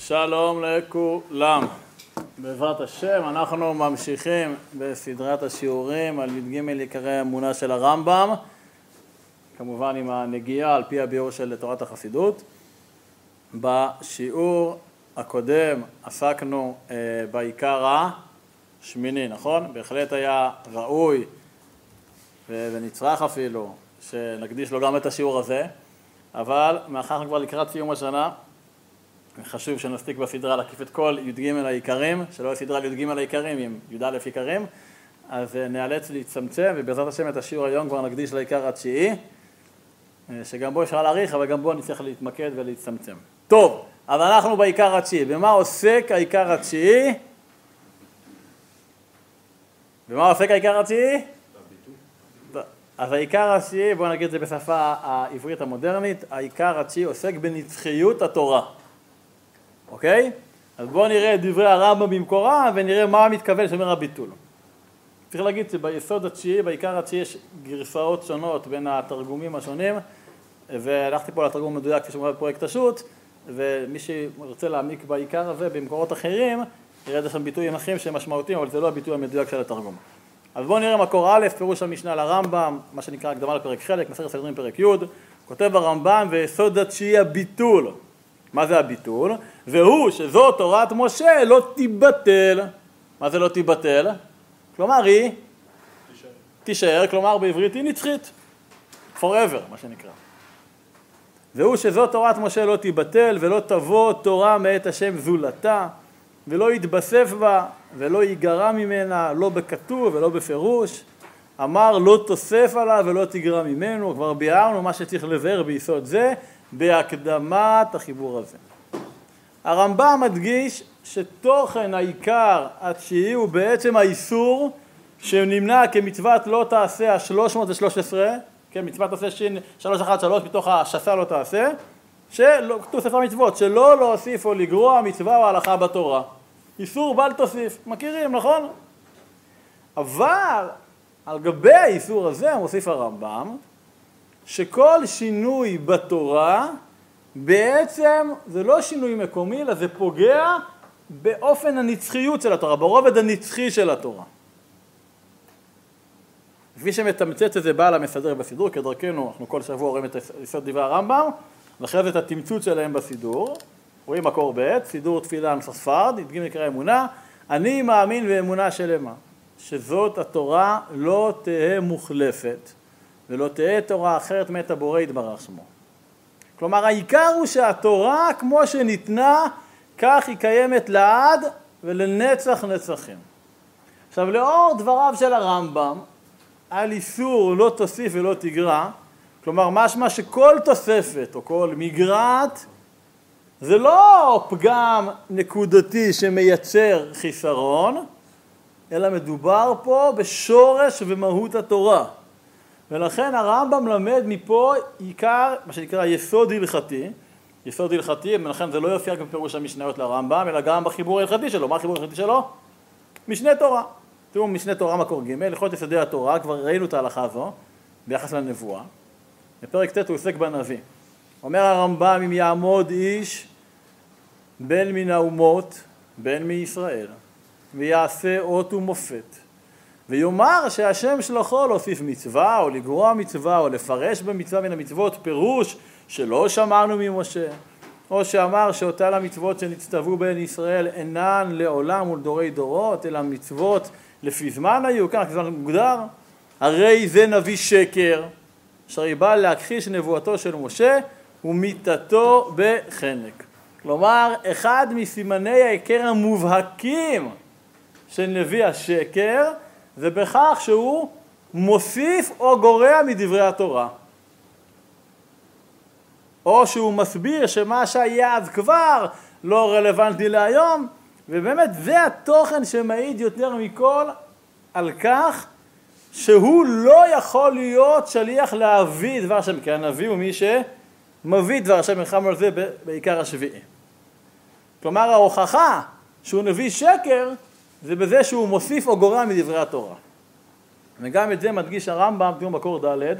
שלום לכולם. בעזרת השם אנחנו ממשיכים בסדרת השיעורים על י"ג עיקרי האמונה של הרמב"ם, כמובן עם הנגיעה על פי הביאור של תורת החסידות. בשיעור הקודם עסקנו בעיקר השמיני, נכון? בהחלט היה ראוי ונצרך אפילו שנקדיש לו גם את השיעור הזה, אבל מאחר אנחנו כבר לקראת סיום השנה, חשוב שנספיק בסדרה להקיף את כל י"ג העיקרים, שלא יהיה סדרה על י"ג העיקרים עם י"א עיקרים, אז נאלץ להצטמצם, ובעזרת השם את השיעור היום כבר נקדיש לעיקר התשיעי, שגם בו אפשר להאריך, אבל גם בו נצטרך להתמקד ולהצטמצם. טוב, אז אנחנו בעיקר התשיעי. במה עוסק העיקר התשיעי? במה עוסק העיקר התשיעי? אז העיקר התשיעי, בואו נגיד את זה בשפה העברית המודרנית, העיקר התשיעי עוסק בנצחיות התורה. אוקיי? אז בואו נראה את דברי הרמב"ם במקורם ונראה מה מתכוון שאומר הביטול. צריך להגיד שביסוד התשיעי, בעיקר התשיעי יש גרסאות שונות בין התרגומים השונים, והלכתי פה לתרגום מדויק כפי שאומר בפרויקט השו"ת, ומי שרוצה להעמיק בעיקר הזה במקורות אחרים, יראה את זה שם ביטויים אחרים שהם משמעותיים, אבל זה לא הביטוי המדויק של התרגום. אז בואו נראה מקור א', פירוש המשנה לרמב"ם, מה שנקרא הקדמה לפרק חלק, מסכת סנהדרין פרק י', כותב הרמב"ם ויסוד התשיעי הביטול. מה זה הביטול? והוא שזו תורת משה לא תיבטל. מה זה לא תיבטל? כלומר היא תישאר, כלומר בעברית היא נצחית. forever, מה שנקרא. והוא שזו תורת משה לא תיבטל ולא תבוא תורה מאת השם זולתה ולא יתבסף בה ולא ייגרע ממנה לא בכתוב ולא בפירוש. אמר לא תוסף עליו ולא תגרע ממנו. כבר ביארנו מה שצריך לבאר ביסוד זה בהקדמת החיבור הזה. הרמב"ם מדגיש שתוכן העיקר התשיעי הוא בעצם האיסור שנמנע כמצוות לא תעשה ה-313, כן, מצוות תעשה שין 313 מתוך השסה לא תעשה, כתוב ספר מצוות, שלא להוסיף או לגרוע מצווה או הלכה בתורה. איסור בל תוסיף, מכירים, נכון? אבל על גבי האיסור הזה מוסיף הרמב"ם, שכל שינוי בתורה בעצם זה לא שינוי מקומי, אלא זה פוגע באופן הנצחיות של התורה, ברובד הנצחי של התורה. כפי שמתמצת את זה בעל המסדר בסידור, כדרכנו אנחנו כל שבוע רואים את יסוד דברי הרמב"ם, ואחרי זה את התמצות שלהם בסידור, רואים מקור ב', סידור תפילה נוסח ספרד, י"ג עיקרי אמונה, אני מאמין באמונה שלמה, שזאת התורה לא תהא מוחלפת, ולא תהא תורה אחרת מאת הבורא יתברך שמו. כלומר, העיקר הוא שהתורה כמו שניתנה, כך היא קיימת לעד ולנצח נצחים. עכשיו, לאור דבריו של הרמב"ם, על איסור לא תוסיף ולא תגרע, כלומר, משמע שכל תוספת או כל מגרעת, זה לא פגם נקודתי שמייצר חיסרון, אלא מדובר פה בשורש ומהות התורה. ולכן הרמב"ם למד מפה עיקר, מה שנקרא יסוד הלכתי, יסוד הלכתי, ולכן זה לא יופיע גם פירוש המשניות לרמב"ם, אלא גם בחיבור ההלכתי שלו. מה החיבור ההלכתי שלו? משנה תורה. תראו, משנה תורה מקור ג', הלכות יסודי התורה, כבר ראינו את ההלכה הזו, ביחס לנבואה. בפרק ט' הוא עוסק בנביא. אומר הרמב"ם, אם יעמוד איש בין מן האומות, בין מישראל, ויעשה אות ומופת, ויאמר שהשם שלחו להוסיף מצווה או לגרוע מצווה או לפרש במצווה מן המצוות פירוש שלא שמענו ממשה, או שאמר שאותן המצוות שנצטוו בין ישראל אינן לעולם ולדורי דורות, אלא מצוות לפי זמן היו, כך זמן מוגדר, הרי זה נביא שקר, אשר בא להכחיש נבואתו של משה ומיתתו בחנק. כלומר, אחד מסימני העיקר המובהקים של נביא השקר, זה בכך שהוא מוסיף או גורע מדברי התורה. או שהוא מסביר שמה שהיה אז כבר לא רלוונטי להיום, ובאמת זה התוכן שמעיד יותר מכל על כך שהוא לא יכול להיות שליח להביא דבר השם, כי הנביא הוא מי שמביא דבר השם, מלחמנו על זה בעיקר השביעי. כלומר, ההוכחה שהוא נביא שקר, זה בזה שהוא מוסיף או גורע מדברי התורה. וגם את זה מדגיש הרמב"ם, תראו מקור ד'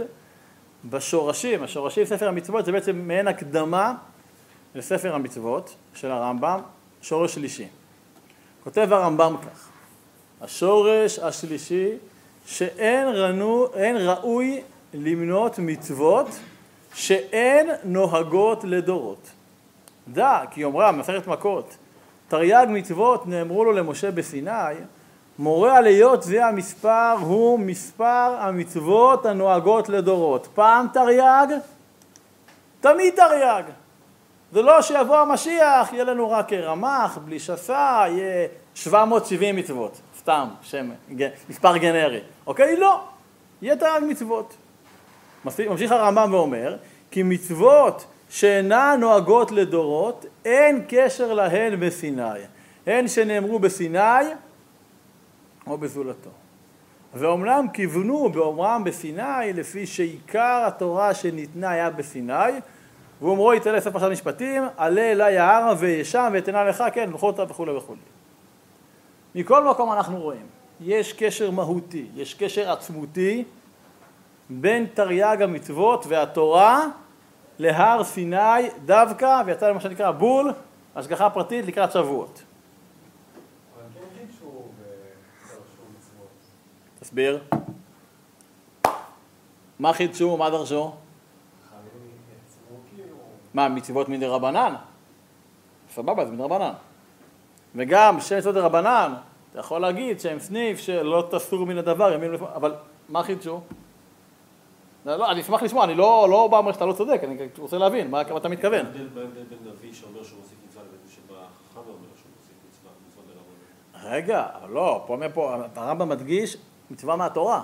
בשורשים ספר המצוות, זה בעצם מעין הקדמה לספר המצוות של הרמב"ם, שורש שלישי. כותב הרמב"ם כך, השורש השלישי שאין ראוי למנות מצוות שאין נוהגות לדורות. דע, כי אומרה, מסכת מכות, תרי"ג מצוות נאמרו לו למשה בסיני, מורה על היות זה המספר הוא מספר המצוות הנוהגות לדורות. פעם תרי"ג, תמיד תרי"ג. זה לא שיבוא המשיח, יהיה לנו רק רמ"ח, בלי שסה, יהיה 770 מצוות. סתם, שם, מספר גנרי. אוקיי? לא. יהיה תרי"ג מצוות. ממשיך הרמב"ם ואומר, כי מצוות שאינן נוהגות לדורות, אין קשר להן בסיני. הן שנאמרו בסיני או בזולתו. ואומנם כיוונו באומרם בסיני, לפי שעיקר התורה שניתנה היה בסיני, ואומרו יצא לספר פרשת משפטים, עלה אלי ההר וישם ואתנה לך, כן, לוחות וכו' וכו'. מכל מקום אנחנו רואים, יש קשר מהותי, יש קשר עצמותי, בין תרי"ג המצוות והתורה להר סיני דווקא, ויצא למה שנקרא בול, השגחה פרטית לקראת שבועות. אבל כן חידשו ודרשו מצוות. תסביר. מה חידשו? מה דרשו? מה, מצוות מדרבנן? סבבה, זה מדרבנן. וגם שתי מצוות דרבנן, אתה יכול להגיד שהם סניף שלא תסור מן הדבר, אבל מה חידשו? לא, אני אשמח לשמוע, אני לא בא אומר שאתה לא צודק, אני רוצה להבין, מה אתה מתכוון? בין נביא שאומר שהוא מוסיף מצווה לבין שבא חכם ואומר שהוא מוסיף מצווה דרבנן. רגע, אבל לא, פה הרמב"ם מדגיש מצווה מהתורה.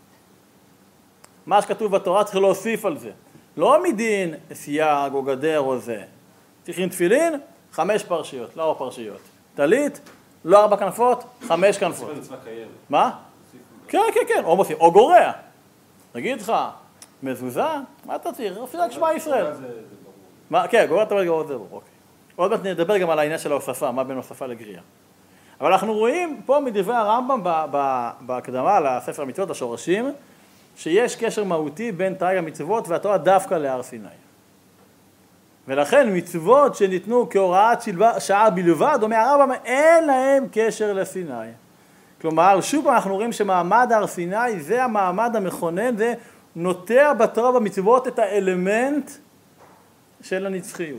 מה שכתוב בתורה צריך להוסיף על זה. לא מדין סייג או גדר או זה. צריכים תפילין, 5 פרשיות, לא 4 פרשיות. טלית, לא 4 כנפות, 5 כנפות. מצווה קיימת. מה? כן, או מוסיף, או גורע. נגיד לך, מזוזה, מה אתה צריך? אפילו שמע ישראל. מה? כן, גורע תמיד גורע זה ברור, אוקיי. עוד מעט נדבר גם על העניין של ההוספה, מה בין הוספה לגריעה. אבל אנחנו רואים פה מדברי הרמב"ם בהקדמה לספר המצוות, השורשים, שיש קשר מהותי בין תרי"ג המצוות והתורה דווקא להר סיני. ולכן מצוות שניתנו כהוראת שעה בלבד, אומר הרמב"ם, אין להם קשר לסיני. כלומר, שוב אנחנו רואים שמעמד הר סיני זה המעמד המכונן, זה נוטע בתורה במצוות את האלמנט של הנצחיות.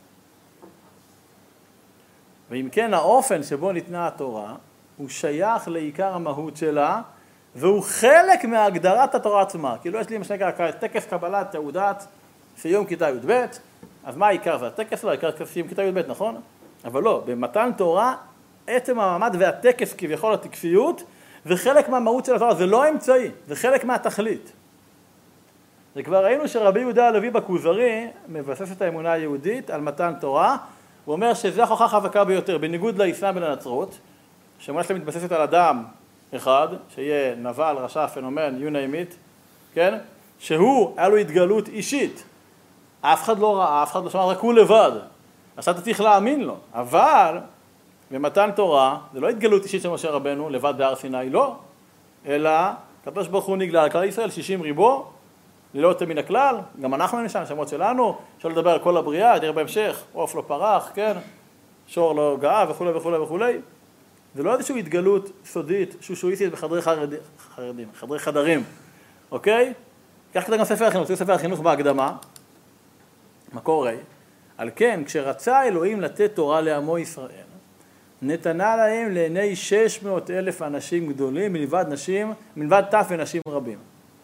ואם כן, האופן שבו ניתנה התורה הוא שייך לעיקר המהות שלה, והוא חלק מהגדרת התורה עצמה. כאילו יש לי מה שנקרא טקס קבלת תעודת סיום כיתה י"ב, אז מה העיקר? זה הטקס? לא, העיקר סיום כיתה י"ב, נכון? אבל לא, במתן תורה, עצם המעמד והטקס כביכול הטקסיות, זה חלק מהמהות של התורה, זה לא האמצעי, זה חלק מהתכלית. וכבר ראינו שרבי יהודה הלוי בכוזרי מבסס את האמונה היהודית על מתן תורה, הוא אומר שזו ההוכחה חזקה ביותר, בניגוד לאסלאם ולנצרות, שאמונה שלהם מתבססת על אדם אחד, שיהיה נבל, רשע, פנומן, you name it, כן? שהוא, היה לו התגלות אישית. אף אחד לא ראה, אף אחד לא שמע, רק הוא לבד. אז אתה צריך להאמין לו. אבל במתן תורה, זה לא התגלות אישית של משה רבנו, לבד בהר סיני, לא. אלא, הקדוש ברוך הוא נגלה על כלל ישראל, 60 ריבו, ללא יוצא מן הכלל. גם אנחנו היינו שם, שמות שלנו, אפשר לדבר על כל הבריאה, תראה בהמשך, עוף לא פרח, כן? שור לא גאה וכו' וכו' וכו'. זה לא איזושהי התגלות סודית, שושואיסטית בחדרי חרדים, חדרי חדרים, אוקיי? כך כתב גם ספר החינוך, זה ספר החינוך בהקדמה, מקור רי, על כן, כשרצה אלוהים לתת תורה לעמו ישראל, נתנה להם לעיני 600,000 אנשים גדולים, מלבד טף ונשים רבים.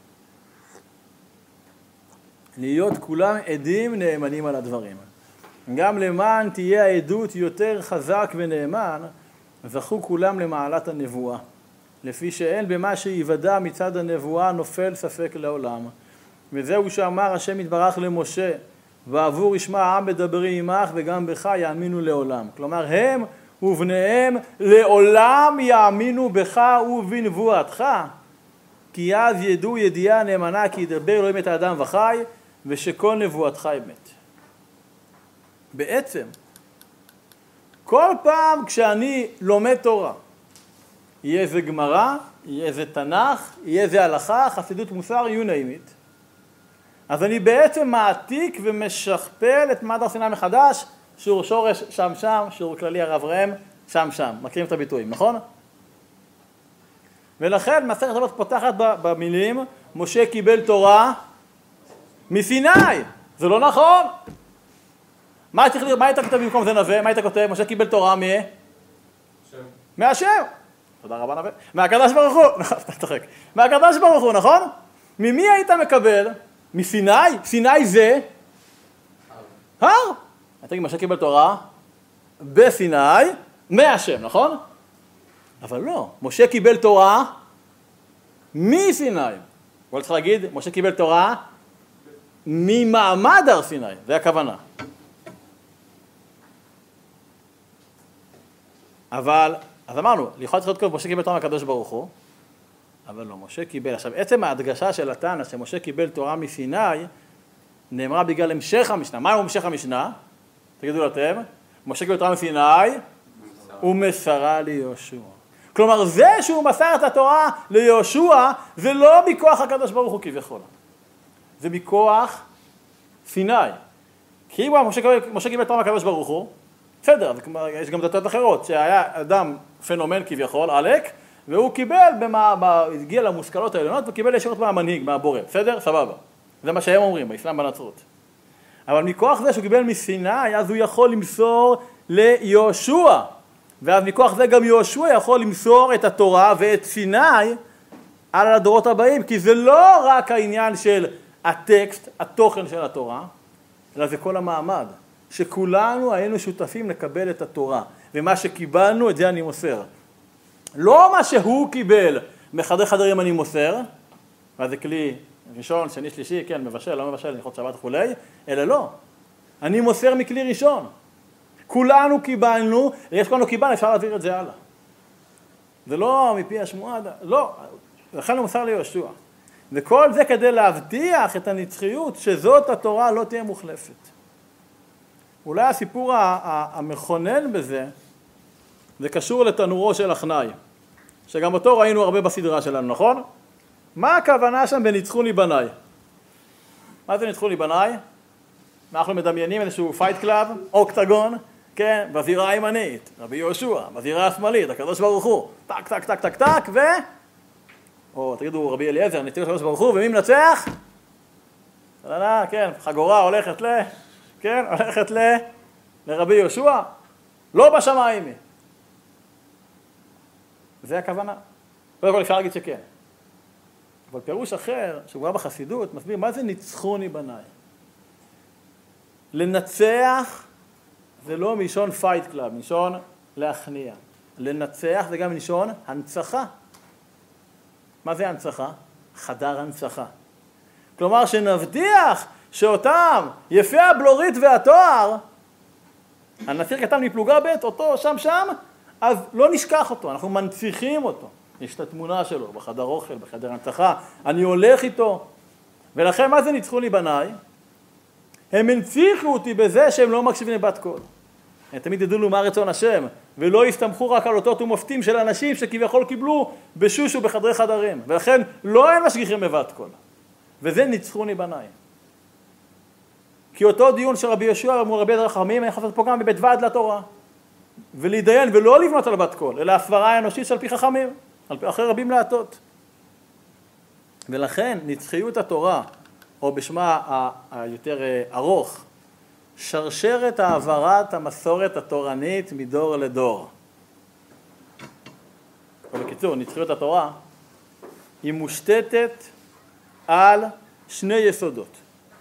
להיות כולם עדים נאמנים על הדברים. גם למען תהיה העדות יותר חזק ונאמן, זכו כולם למעלת הנבואה, לפי שאין במה שיוודע מצד הנבואה נופל ספק לעולם. וזהו שאמר השם יתברך למשה, בעבור ישמע העם בדברי עמך וגם בך יאמינו לעולם. כלומר, הם ובניהם לעולם יאמינו בך ובנבואתך, כי אז ידעו ידיעה נאמנה כי ידבר אלוהים את האדם וחי, ושכל נבואתך אמת. בעצם, כל פעם כשאני לומד תורה, יהיה זה גמרא, יהיה זה תנ"ך, יהיה זה הלכה, חסידות מוסר, you name it. אז אני בעצם מעתיק ומשכפל את מעמד הר סיני מחדש, שיעור שורש שם שם, שיעור כללי הרב ראם שם שם. מכירים את הביטויים, נכון? ולכן מסכת אבות פותחת במילים, משה קיבל תורה מסיני. זה לא נכון. מה היית כותב במקום זה נווה? מה היית כותב? משה קיבל תורה מהשם. תודה רבה נווה. מהקדוש ברוך הוא. תצחק. מהקדוש ברוך הוא, נכון? ממי היית מקבל? מסיני? סיני זה? הר. אתה תגיד, משה קיבל תורה בסיני מהשם, נכון? אבל לא. משה קיבל תורה מסיני. אבל צריך להגיד, משה קיבל תורה ממעמד הר סיני. זה הכוונה. אבל, אז אמרנו, לכאורה צריך להיות משה קיבל תורה מהקדוש ברוך הוא, אבל לא, משה קיבל. עכשיו, עצם ההדגשה של התנא שמשה קיבל תורה מסיני, נאמרה בגלל המשך המשנה. מה הוא המשך המשנה? תגידו אתם, משה קיבל תורה מסיני, הוא מסרה ליהושע. כלומר, זה שהוא מסר את התורה ליהושע, זה לא מכוח הקדוש ברוך הוא כביכול. זה מכוח סיני. כי אם משה קיבל תורה מהקדוש ברוך הוא, בסדר, יש גם דתות אחרות, שהיה אדם פנומן כביכול, עלק, והוא קיבל, הגיע למושכלות העליונות, וקיבל ישירות מהמנהיג, מהבורא, בסדר? סבבה. זה מה שהם אומרים, באסלאם בנצרות. אבל מכוח זה שהוא קיבל מסיני, אז הוא יכול למסור ליהושע. ואז מכוח זה גם יהושע יכול למסור את התורה ואת סיני על הדורות הבאים, כי זה לא רק העניין של הטקסט, התוכן של התורה, אלא זה כל המעמד. שכולנו היינו שותפים לקבל את התורה, ומה שקיבלנו את זה אני מוסר. לא מה שהוא קיבל, מחדר חדרים אני מוסר, וזה כלי ראשון, שני, שלישי, כן, מבשל, לא מבשל, נלכות שבת וכולי, אלא לא. אני מוסר מכלי ראשון. כולנו קיבלנו, יש כולנו קיבלנו, אפשר להעביר את זה הלאה. זה לא מפי השמועה, לא, לכן הוא מוסר ליהושע. וכל זה כדי להבטיח את הנצחיות, שזאת התורה לא תהיה מוחלפת. אולי הסיפור המכונן בזה, זה קשור לתנורו של אחנאי, שגם אותו ראינו הרבה בסדרה שלנו, נכון? מה הכוונה שם בניצחוני בניי? מה זה ניצחוני בניי? אנחנו מדמיינים איזשהו פייט קלאב, אוקטגון, כן, בזירה הימנית, רבי יהושע, בזירה השמאלית, הקדוש ברוך הוא, טק, טק, טק, טק, טק, או תגידו רבי אליעזר, נציג הקדוש ברוך הוא, ומי מנצח? כן, חגורה הולכת כן, הולכת לרבי יהושע, לא בשמיים. זה הכוונה. קודם כל אפשר להגיד שכן. אבל פירוש אחר, שהוא כבר בחסידות, מסביר מה זה ניצחוני בניי. לנצח זה לא מלשון פייט קלאב, מלשון להכניע. לנצח זה גם מלשון הנצחה. מה זה הנצחה? חדר הנצחה. כלומר שנבטיח שאותם יפי הבלורית והתואר, הנציר כתב מפלוגה ב' אותו שם, אז לא נשכח אותו, אנחנו מנציחים אותו. יש את התמונה שלו בחדר אוכל, בחדר הנצחה, אני הולך איתו. ולכן מה זה ניצחו לי בניי? הם הנציחו אותי בזה שהם לא מקשיבים לבת קול. הם תמיד ידעו מה רצון השם, ולא הסתמכו רק על אותות ומופתים של אנשים שכביכול קיבלו בשושו בחדרי חדרים. ולכן לא הם משגיחים בבת קול. וזה ניצחוני בניי. כי אותו דיון של רבי יהושע מול רבי החכמים, אני חושב פה גם בבית ועד לתורה. ולהתדיין ולא לבנות על בת קול, אלא הסברה האנושית של פי חכמים, אחרי רבים להטות. ולכן נצחיות התורה, או בשמה היותר ארוך, שרשרת העברת המסורת התורנית מדור לדור. ובקיצור, נצחיות התורה היא מושתתת על שני יסודות.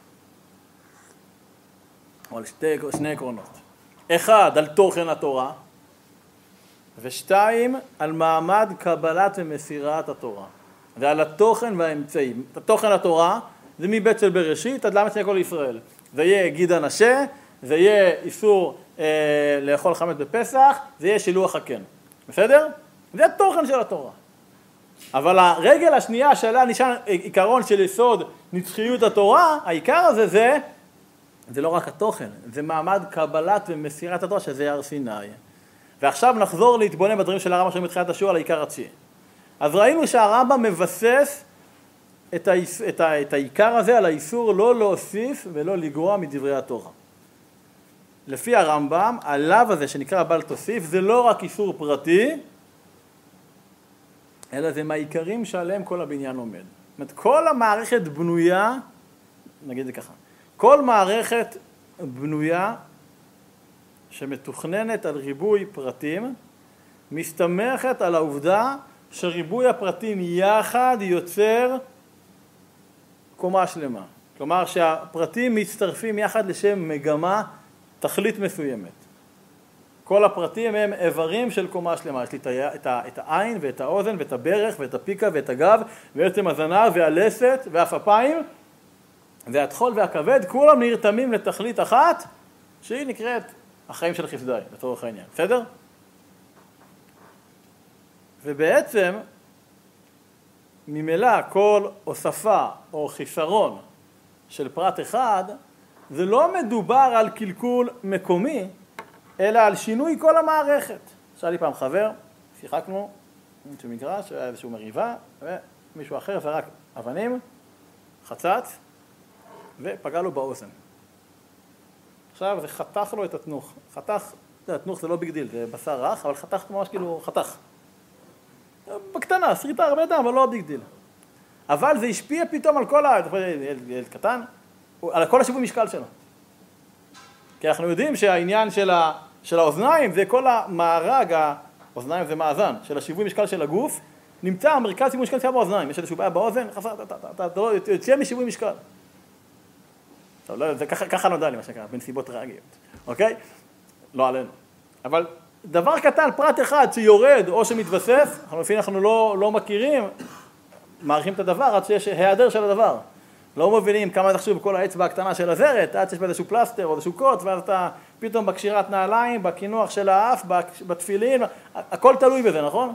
או על שני עקרונות. אחד, על תוכן התורה, ושתיים, על מעמד קבלת ומסירת התורה. ועל התוכן והאמצעים. תוכן התורה זה מבית של בראשית עד ל' כל ישראל. זה יהיה גיד הנשה, זה יהיה איסור לאכול חמץ בפסח, זה יהיה שילוח הקן. בסדר? זה התוכן של התורה. אבל הרגל השנייה שעליה נשען עיקרון של יסוד נצחיות התורה, העיקר הזה זה לא רק התוכן, זה מעמד קבלת ומסירת התורה שזה הר סיני. ועכשיו נחזור להתבונן בדברים של הרמב"ם מתחילת השיעור על העיקר התשיעי. אז ראינו שהרמב"ם מבסס את העיקר הזה על האיסור לא להוסיף ולא לגרוע מדברי התורה. לפי הרמב"ם, הלאו הזה שנקרא בל תוסיף, זה לא רק איסור פרטי, אלא זה מהעיקרים שעליהם כל הבניין עומד. זאת אומרת, כל המערכת בנויה, נגיד זה ככה, כל מערכת בנויה שמתוכננת על ריבוי פרטים, מסתמכת על העובדה שריבוי הפרטים יחד יוצר קומה שלמה. כלומר שהפרטים מצטרפים יחד לשם מגמה, תכלית מסוימת. כל הפרטים הם איברים של קומה שלמה. יש לי את העין ואת האוזן ואת הברך ואת הפיקה ואת הגב ועצם הזנב והלסת והאפיים והטחול והכבד, כולם נרתמים לתכלית אחת שהיא נקראת החיים של חסדאי, לצורך העניין. בסדר? ובעצם ממילא כל הוספה או חיסרון של פרט אחד, זה לא מדובר על קלקול מקומי, אלא על שינוי כל המערכת. שאל לי פעם חבר, שיחקנו, איזשהו מגרש, היה איזשהו מריבה, ומישהו אחר זרק אבנים, חצץ, ופגע לו באוזן. עכשיו זה חתך לו את התנוך. חתך, התנוך זה לא ביג דיל, זה בשר רך, אבל חתך ממש כאילו חתך. בקטנה, שריטה הרבה דם, אבל לא ביג דיל. אבל זה השפיע פתאום על כל ילד קטן, על כל השיווי משקל שלו. כי אנחנו יודעים שהעניין של האוזניים זה כל המארג, האוזניים זה מאזן, של השיווי משקל של הגוף, נמצא המרכז שיווי משקל שלו באוזניים. יש איזשהו בעיה באוזן, אתה יוצא משיווי משקל. טוב, לא, זה ככה נודע לי מה שנקרא, בנסיבות טרגיות, אוקיי? לא עלינו. אבל דבר קטן, פרט אחד שיורד או שמתווסף, אנחנו לא מכירים, מעריכים את הדבר עד שיש היעדר של הדבר. לא מבינים כמה זה חשוב בכל האצבע הקטנה של הזרת, עד שיש באיזשהו פלסטר או איזשהו קוט, ואז אתה פתאום בקשירת נעליים, בכינוח של האף, בתפילין, הכל תלוי בזה, נכון?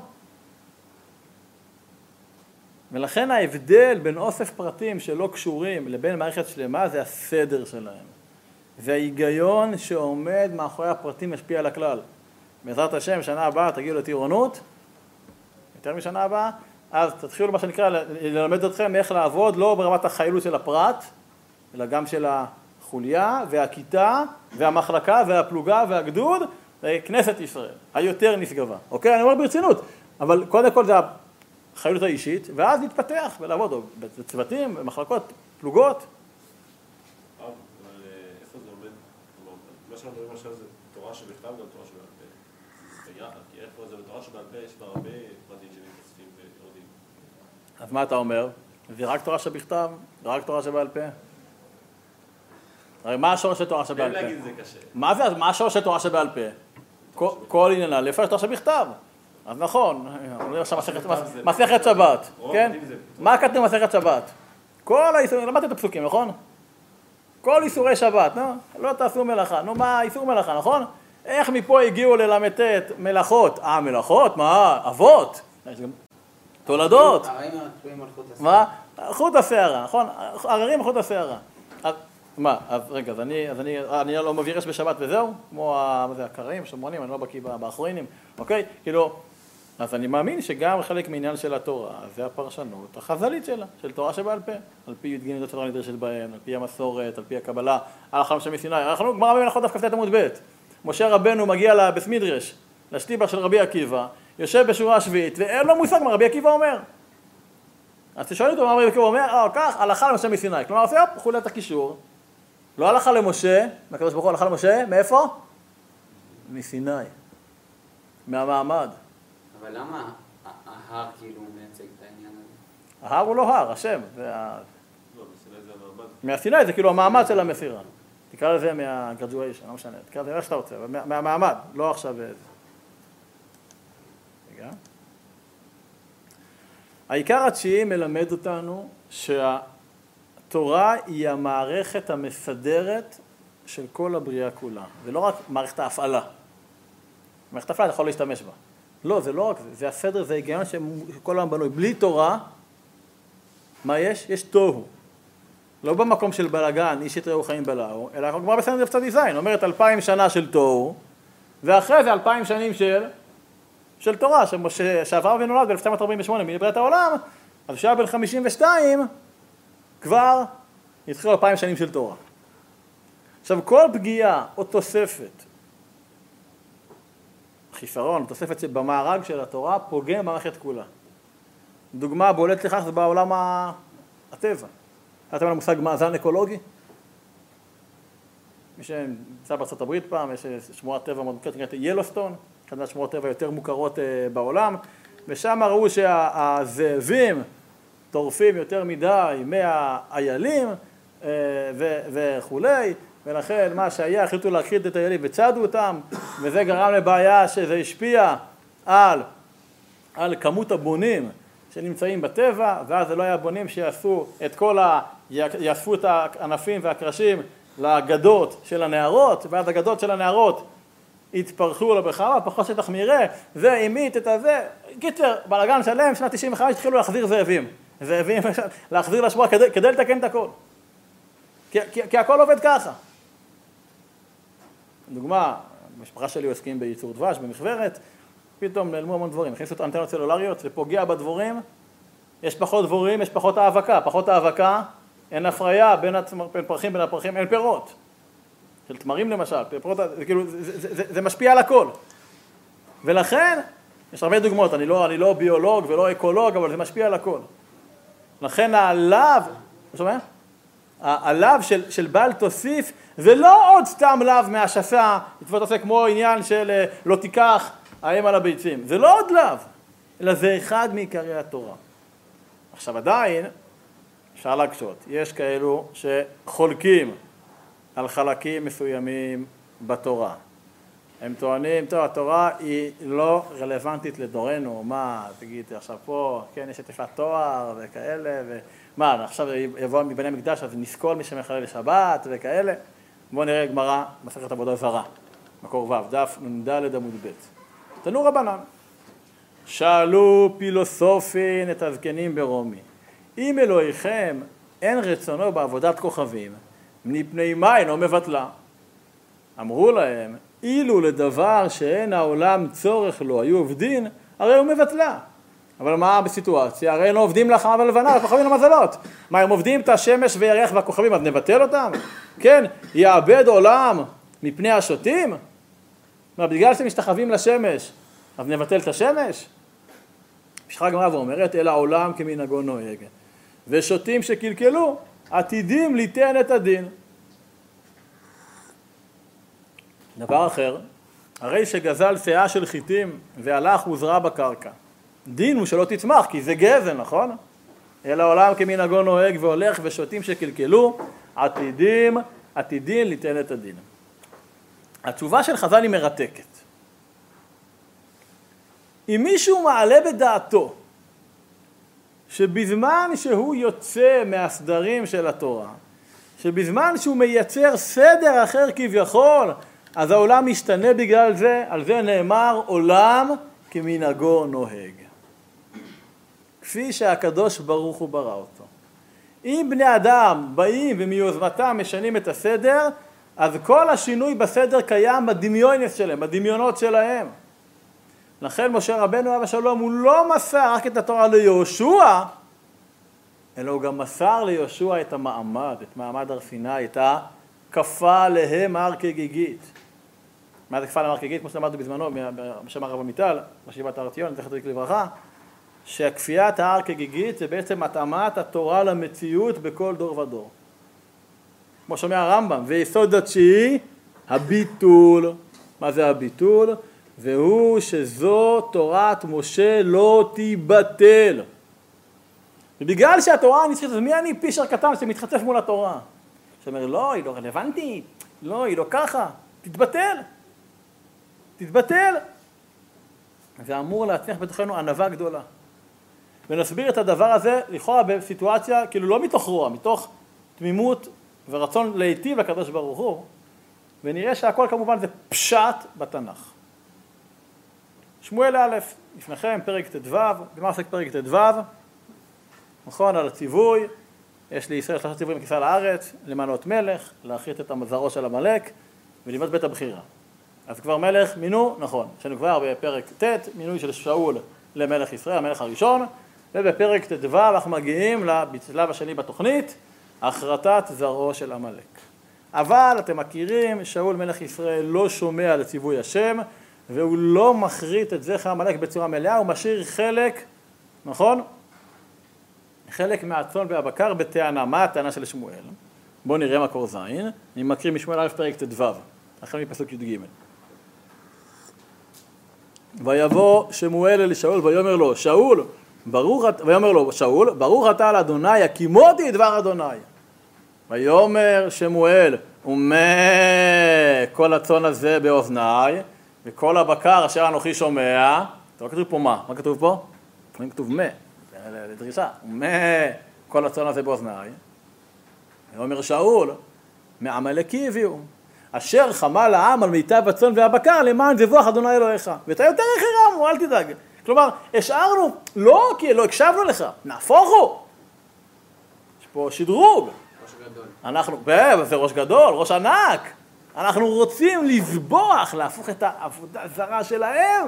ולכן ההבדל בין אוסף פרטים שלא קשורים לבין מערכת שלמה זה הסדר שלהם. זה ההיגיון שעומד מאחורי הפרטים משפיע על הכלל. בעזרת השם, שנה הבאה תגיעו לטירונות, יותר משנה הבאה, אז תתחילו מה שנקרא ללמד אתכם איך לעבוד, לא ברמת החיילות של הפרט, אלא גם של החוליה והכיתה והמחלקה והפלוגה והגדוד, וכנסת ישראל, היותר נשגבה. אוקיי? אני אומר ברצינות, אבל קודם כל זה החיילות האישית, ואז נתפתח ולעבוד בצוותים, במחלקות, פלוגות. אבל איפה זה עומד? מה שאנחנו מדברים עכשיו זה תורה שבכתב, גם תורה שבעל פה. ביחד, כי איפה זה בתורה שבעל פה יש בה הרבה פרטים שמתאספים ויורדים. אז מה אתה אומר? זה רק תורה שבכתב? רק תורה שבעל פה? הרי מה השורש של תורה שבעל פה? להגיד זה קשה. מה השורש של תורה שבעל פה? כל עניינה, לפי תורה שבכתב. אז נכון, אני עכשיו מסכת שבת, כן? מה כתוב מסכת שבת? כל האיסורים, למדתי את הפסוקים, נכון? כל איסורי שבת, לא תעשו מלאכה, נו מה איסור מלאכה, נכון? איך מפה הגיעו ללמד את מלאכות? מלאכות? מה? אבות? תולדות? מה? חוט השערה, נכון? הררים חוט השערה. מה? אז רגע, אז אני לא מביירש בשבת וזהו? כמו הקראים, שומרונים, אני לא בקיא באחרונים, אוקיי? כאילו, אז אני מאמין שגם חלק מעניין של התורה זה הפרשנות החז"לית שלה, של תורה שבעל פה, על פי י"ג מידות התורה נדרשת בהן, על פי המסורת, על פי הקבלה, הלכה למשה מסיני. אנחנו גמרא במלאכות דף כ"ט עמוד ב'. משה רבנו מגיע לבית מדרש, לשטיבח של רבי עקיבא, יושב בשורה השביעית, ואין לו מושג מה רבי עקיבא אומר. אז תשאלו אותו מה רבי עקיבא אומר, כך, הלכה למשה מסיני. כלומר, עושה חוליה את הקישור. לא הלכה למשה, מהקדוש ברוך הוא הלכה למשה, מאיפה? מסיני. מהמעמד. אבל למה ההר כאילו מייצג את העניין הזה? ההר הוא לא הר, השם. לא, מסיני זה המעמד. מהסיני זה כאילו המעמד של המסירה. תקרא לזה מהגרדואיישן, לא משנה. תקרא לזה איך שאתה רוצה, מהמעמד, לא עכשיו איזה. רגע. העיקר התשיעי מלמד אותנו שהתורה היא המערכת המסדרת של כל הבריאה כולה. זה לא רק מערכת ההפעלה. מערכת ההפעלה אתה יכול להשתמש בה. לא, זה לא רק זה, זה הסדר, זה היגיון שכל העם בנוי. בלי תורה, מה יש? יש תוהו. לא במקום של בלגן, איש יתראו חיים בלעו, אלא כבר בסדר בצד יזיין, אומרת 2000 שנה של תוהו, ואחרי זה 2000 שנים של תורה, שעבר ונולד ב-1948 מבריאת העולם, אז שהיה בן 52, כבר התחילו 2000 שנים של תורה. עכשיו, כל פגיעה או תוספת, חיסרון, תוספת שבמארג של התורה, פוגם במערכת כולה. דוגמה בולט לכך זה בעולם הטבע. אתם על המושג מאזן אקולוגי? מי שנמצא בארצות הברית פעם, יש שמורת טבע מאוד מוכרת, נקראת ילוסטון, אחת מהשמורות טבע יותר מוכרות בעולם, ושם ראו שהזאבים טורפים יותר מדי מהאיילים וכולי, ולכן מה שהיה, החליטו להכחיד את האיילים וצדו אותם, וזה גרם לבעיה שזה השפיע על כמות הבונים שנמצאים בטבע, ואז זה לא היה בונים שיאספו יאספו את הענפים והקרשים לגדות של הנערות, ואז הגדות של הנערות התפרחו לבחרה, פחות שטח מרעה, זה אימית את הזה. קיצר, בלגן שלם, שנת 95 התחילו להחזיר זאבים, להחזיר לשמורה כדי לתקן את הכל. כי הכל עובד ככה. דוגמה, המשפחה שלי עוסקים בייצור דבש, במחברת, פתאום נעלמו המון דברים, הכניסו את האנטנות סלולריות, זה פוגע בדבורים, יש פחות דבורים, יש פחות האבקה, אין הפריה בין פרחים, בין הפרחים, אין פירות. של תמרים למשל, פירות, זה משפיע על הכל. ולכן, יש הרבה דוגמאות, אני לא ביולוג ולא אקולוג, אבל זה משפיע על הכל. לכן הלאו של בל תוסיף, זה לא עוד סתם לאו מהשסה, זה עושה כמו עניין של לא תיקח האם על הביצים. זה לא עוד לאו, אלא זה אחד מעיקרי התורה. עכשיו עדיין, אפשר להקשות, יש כאלו שחולקים על חלקים מסוימים בתורה. הם טוענים, טוב, התורה היא לא רלוונטית לדורנו, מה, תגיד, עכשיו פה, כן, יש עטיפת תואר וכאלה, ומה, עכשיו יבוא מבני מקדש, אז נזכור מי שמחלל לשבת וכאלה. בואו נראה גמרא, מסכת עבודה זרה, מקור ו', דף נ"ד עמוד ב'. תנו רבנן, שאלו פילוסופין את הזקנים ברומי, אם אלוהיכם אין רצונו בעבודת כוכבים, מפני מה אינו מבטלה? אמרו להם, אילו לדבר שאין העולם צורך לו היו עובדין, הרי הוא מבטלה. אבל מה בסיטואציה? הרי הם לא עובדים לחמה ולבנה, לכוכבים למזלות. מה, הם עובדים את השמש וירח והכוכבים, אז נבטל אותם? כן, יאבד עולם מפני השוטים? מה, בגלל שהם משתחווים לשמש, אז נבטל את השמש? משחק גמרא ואומרת, אל העולם כמנהגו נוהג. ושוטים שקלקלו, עתידים ליתן את הדין. דבר אחר, הרי שגזל שאה של חיטים והלך וזרע בקרקע. דין הוא שלא תצמח, כי זה גזל, נכון? אל העולם כמנהגו נוהג והולך, ושוטים שקלקלו, עתידים ליתן את הדין. התשובה של חז"ל היא מרתקת. אם מישהו מעלה בדעתו שבזמן שהוא יוצא מהסדרים של התורה, שבזמן שהוא מייצר סדר אחר כביכול, אז העולם משתנה בגלל זה, על זה נאמר עולם כמנהגו נוהג. כפי שהקדוש ברוך הוא ברא אותו. אם בני אדם באים ומיוזמתם משנים את הסדר, אז כל השינוי בסדר קיים בדמיונס שלהם, בדמיונות שלהם. לכן משה רבנו עליו השלום הוא לא מסר רק את התורה ליהושע, אלא הוא גם מסר ליהושע את המעמד, את מעמד הר סיני, את הכפה להם הר כגיגית. מה זה כפה להם הר כגיגית? כמו שלמדנו בזמנו, בשם הרב עמיטל, בישיבת הר ציון, זכר צדיק לברכה, שהכפיית ההר כגיגית זה בעצם התאמת התורה למציאות בכל דור ודור. כמו שאומר הרמב"ם, ויסוד התשיעי, הביטול. מה זה הביטול? והוא שזו תורת משה לא תיבטל. ובגלל שהתורה נצחית, אז מי אני פישר קטן שמתחצף מול התורה? שאומר, לא, היא לא רלוונטית, לא, היא לא ככה, תתבטל. זה אמור להצליח בתוכנו ענווה גדולה. ונסביר את הדבר הזה לכאורה בסיטואציה, כאילו לא מתוך רוע, מתוך תמימות ורצון להיטיב לקדוש ברוך הוא, ונראה שהכל כמובן זה פשט בתנ"ך. שמואל א', לפניכם פרק ט"ו, במה עוסק פרק ט"ו? נכון, על הציווי, יש לישראל שלושה ציוויים בכניסה לארץ, למנות מלך, להכרית את זרעו של עמלק, ולבנות בית הבחירה. אז כבר מלך מינו, נכון, יש כבר בפרק ט', מינוי של שאול למלך ישראל, המלך הראשון, ובפרק ט"ו אנחנו מגיעים לשלב השני בתוכנית, הכרתת זרעו של עמלק. אבל אתם מכירים, שאול מלך ישראל לא שומע לציווי השם, והוא לא מחריט את זכר עמלק בצורה מלאה, הוא משאיר חלק, נכון? חלק מהצאן והבקר בטענה. מה הטענה של שמואל? בואו נראה מקור זין. אני מקריא משמואל א' פרק ט"ו, החל מפסוק י"ג. ויבוא שמואל אל שאול ויאמר לו, שאול, ברוך אתה על אדוני, הקימותי את דבר אדוני. ויאמר שמואל, ומה כל הצאן הזה באוזני, וכל הבקר אשר אנוכי שומע. לא כתוב פה מה? מה כתוב פה? כתוב מה, לדרישה. ומה כל הצאן הזה באוזני. ויאמר שאול, מעמלקי הביאו, אשר חמל העם על מיטב הצאן והבקר למען זבוח אדוני אלוהיך. ואתה יותר החרמנו, אל תדאג. כלומר, השארנו, לא כי לא הקשבנו לך, נהפוך הוא. יש פה שדרוג. זה ראש גדול, ראש ענק. אנחנו רוצים לזבוח, להפוך את העבודה הזרה שלהם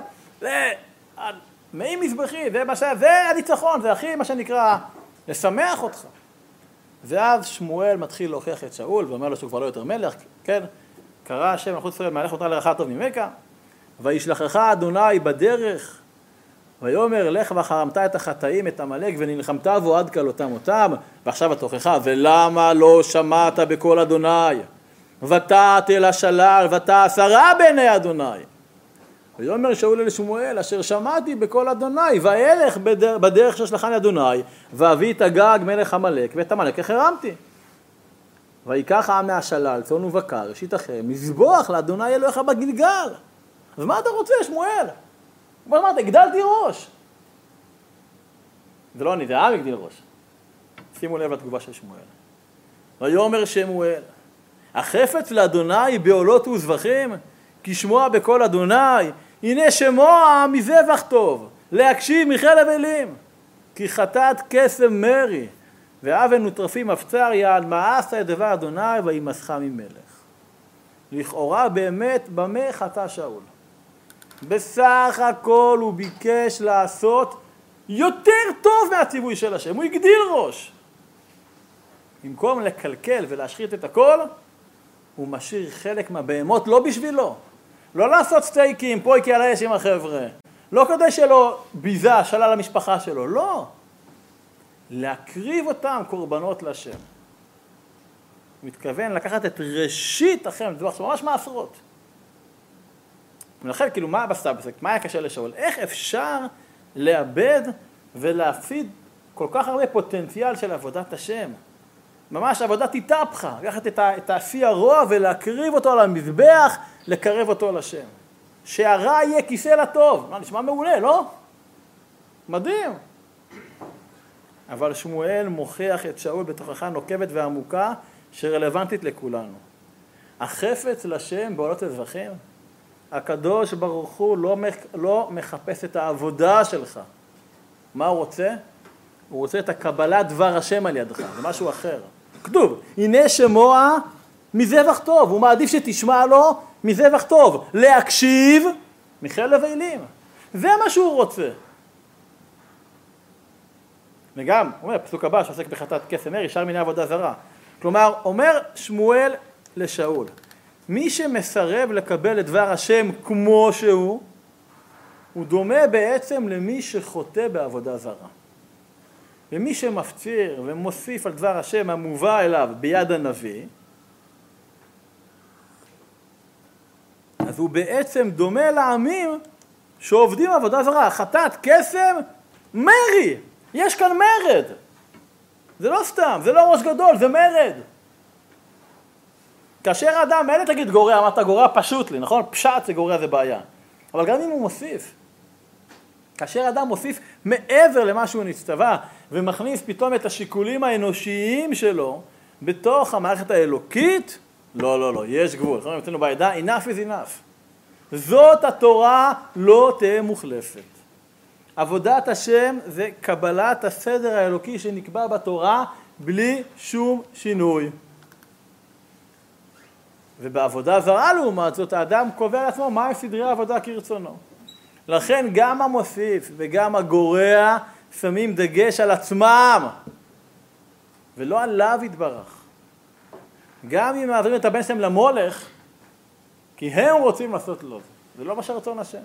למי מזבחי, זה הניצחון, זה הכי מה שנקרא לשמח אותך. ואז שמואל מתחיל להוכיח את שאול ואומר לו שהוא כבר לא יותר מלך, כן? קרא השם מלכות ישראל מהלך אותה לרעך טוב ממך, וישלחך אדוני בדרך, ויאמר לך וחרמת את החטאים את עמלק ונלחמת בו עד כלותם אותם, ועכשיו התוכחה, ולמה לא שמעת בקול אדוני? ותעת אל השלל ותעש הרע בעיני אדוני. ויאמר שאול אל שמואל, אשר שמעתי בקול אדוני, ואלך בדרך ששלחני אדוני, ואביא את הגג מלך עמלק, ואת עמלק החרמתי. ויקח העם מהשלל, צאן ובקר, ראשית אחריהם, לזבוח לאדוני אלוהיך בגלגל. אז מה אתה רוצה, שמואל? מה אמרת? הגדלתי ראש. זה לא אני, זה העם הגדיל ראש. שימו לב לתגובה של שמואל. ויאמר שמואל, החפץ לאדוני בעולות וזבחים, כי שמוע בקול אדוני, הנה שמוע מזבח טוב, להקשיב מחלב אלים, כי חטאת קסם מרי, ואבן וטרפים אפצר יעד מאסת את דבר אדוני וימסך ממלך. לכאורה באמת במה חטא שאול? בסך הכל הוא ביקש לעשות יותר טוב מהציווי של השם, הוא הגדיל ראש. במקום לקלקל ולהשחית את הכל, הוא משאיר חלק מהבהמות לא בשבילו. לא לעשות סטייקים, פויקי על האש עם החבר'ה. לא כדי שלא ביזה, שלל המשפחה שלו, לא. להקריב אותם קורבנות לשם. הוא מתכוון לקחת את ראשית החם, זה ממש מעשרות. ולכן, כאילו, מה בסבסק? מה היה קשה לשאול? איך אפשר לאבד ולהפסיד כל כך הרבה פוטנציאל של עבודת השם? ממש עבודת התהפכה, לקחת את העשי הרוע ולהקריב אותו על המזבח, לקרב אותו לשם. שהרע יהיה כיסא לטוב. מה, נשמע מעולה, לא? מדהים. אבל שמואל מוכיח את שאול בתוכחה נוקבת ועמוקה שרלוונטית לכולנו. החפץ לשם בעולות הזבחים, הקדוש ברוך הוא לא מחפש את העבודה שלך. מה הוא רוצה? הוא רוצה את הקבלת דבר השם על ידך, זה משהו אחר. כתוב, הנה שמוע מזבח טוב, הוא מעדיף שתשמע לו מזבח טוב, להקשיב מחלב אלים. זה מה שהוא רוצה. וגם, אומר, פסוק הבא שעוסק בחטאת קסם מרי, ישר מן העבודה זרה. כלומר, אומר שמואל לשאול, מי שמסרב לקבל את דבר השם כמו שהוא, הוא דומה בעצם למי שחוטא בעבודה זרה. ומי שמפציר ומוסיף על דבר השם המובא אליו ביד הנביא, אז הוא בעצם דומה לעמים שעובדים עבודה זרה. חטאת קסם מרי. יש כאן מרד. זה לא סתם, זה לא ראש גדול, זה מרד. כאשר האדם, מילא תגיד גורע, אמרת גורע פשוט לי, נכון? פשט זה גורע, זה בעיה. אבל גם אם הוא מוסיף, כאשר האדם מוסיף מעבר למה שהוא נצטווה, ומכניס פתאום את השיקולים האנושיים שלו, בתוך המערכת האלוקית, לא, יש גבול. אנחנו נמצאנו בעדה, enough is enough. זאת התורה לא תהיה מוחלפת. עבודת השם זה קבלת הסדר האלוקי שנקבע בתורה בלי שום שינוי. ובעבודה זרה לעומת זאת, האדם קובע לעצמו מה סדרי העבודה כרצונו. לכן גם המוסיף וגם הגורע שמים דגש על עצמם, ולא עליו יתברך. גם אם מעבירים את הבן שלהם למולך, כי הם רוצים לעשות לו. זה לא מה שרצון השם.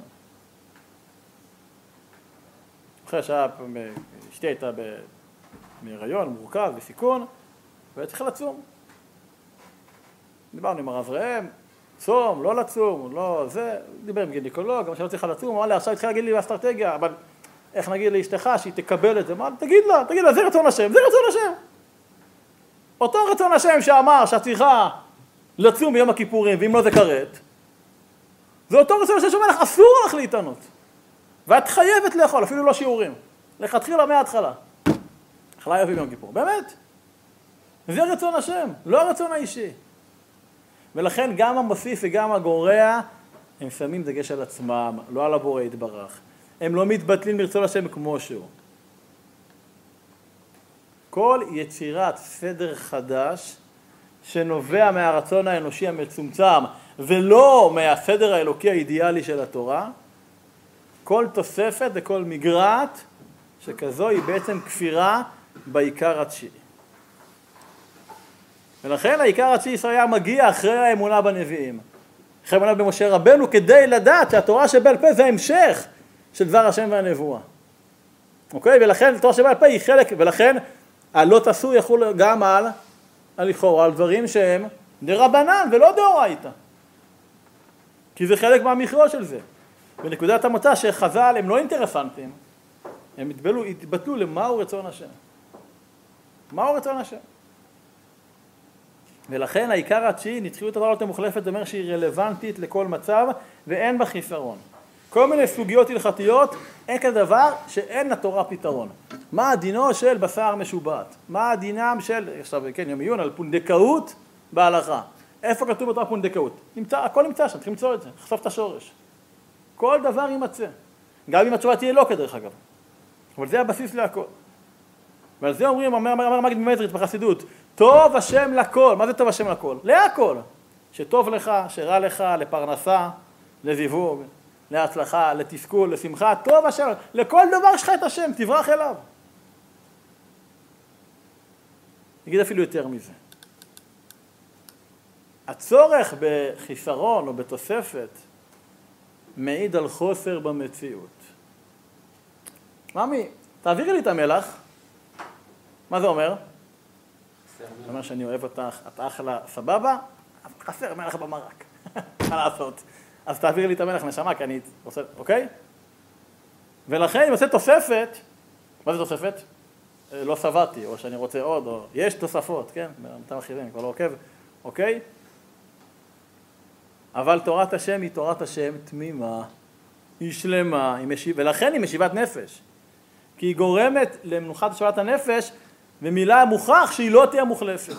אחרי אשתי הייתה בהיריון, מורכב, בסיכון, והתחיל לצום. דיברנו עם הרב ראם, צום, לא לצום, לא זה, דיבר עם גינקולוג, גם שלא צריכה לצום, אמר לי, עכשיו התחילה להגיד לי באסטרטגיה, אבל איך נגיד לאשתך שהיא תקבל את זה? אמר, תגיד לה, זה רצון השם, זה רצון השם. אותו רצון השם שאמר שאת צריכה לצום ביום הכיפורים, ואם לא זה כרת, זה אותו רצון השם שאומר לך, אסור לך להתענות. ואת חייבת לאכול, אפילו לא שיעורים. לכתחילה מההתחלה. אכלה יופי ביום כיפור, באמת. זה רצון השם, לא הרצון האישי. ולכן גם המוסיף וגם הגורע, הם שמים דגש על עצמם, לא על הבורא יתברך. הם לא מתבטלים מרצון השם כמו שהוא. כל יצירת סדר חדש שנובע מהרצון האנושי המצומצם ולא מהסדר האלוקי האידיאלי של התורה, כל תוספת וכל מגרעת שכזו היא בעצם כפירה בעיקר התשיעי. ולכן העיקר התשיעי היה מגיע אחרי האמונה בנביאים, אחרי האמונה במשה רבנו, כדי לדעת שהתורה שבעל פה זה המשך של דבר השם והנבואה. אוקיי? ולכן התורה שבעל פה היא חלק, ולכן הלא תעשו יחול גם על לכאורה, על דברים שהם דרבנן ולא דאורייתא. כי זה חלק מהמכלול של זה. בנקודת המוצא שחז"ל הם לא אינטרסנטים, הם התבטלו למהו רצון השם. מהו רצון השם? ולכן העיקר התשיעי, נצחיות התורה המוחלפת, זה אומר שהיא רלוונטית לכל מצב ואין בה חיסרון. כל מיני סוגיות הלכתיות, אין כדבר שאין לתורה פתרון. מה הדינו של בשר משובט? מה הדינם של, עכשיו כן, יום עיון על פונדקאות בהלכה. איפה כתוב בתורה פונדקאות? הכל נמצא שם, צריך למצוא את זה, לחשוף את השורש. כל דבר יימצא. גם אם התשובה תהיה לא כדרך אגב. אבל זה הבסיס להכל. ועל זה אומרים, אומר מגיד ממטרית בחסידות, טוב השם לכל. מה זה טוב השם לכל? להכל. שטוב לך, שרע לך, לפרנסה, לזיווג, להצלחה, לתסכול, לשמחה, טוב השם. לכל דבר שלך את השם, תברח אליו. נגיד אפילו יותר מזה. הצורך בחיסרון או בתוספת מעיד על חוסר במציאות. ממי, תעבירי לי את המלח. מה זה אומר? זה אומר שאני אוהב אותך, את אחלה, סבבה, אבל חסר מלח במרק. מה לעשות? אז תעבירי לי את המלח נשמה, כי אני עושה, אוקיי? ולכן אם עושה תוספת, מה זה תוספת? לא סבתי, או שאני רוצה עוד, או יש תוספות, כן? במתם אחרים, כבר לא עוקב, אוקיי? אבל תורת השם היא תורת השם תמימה, היא שלמה, ולכן היא משיבת נפש. כי היא גורמת למנוחת השבת הנפש, ומילה מוכח שהיא לא תהיה מוחלפת.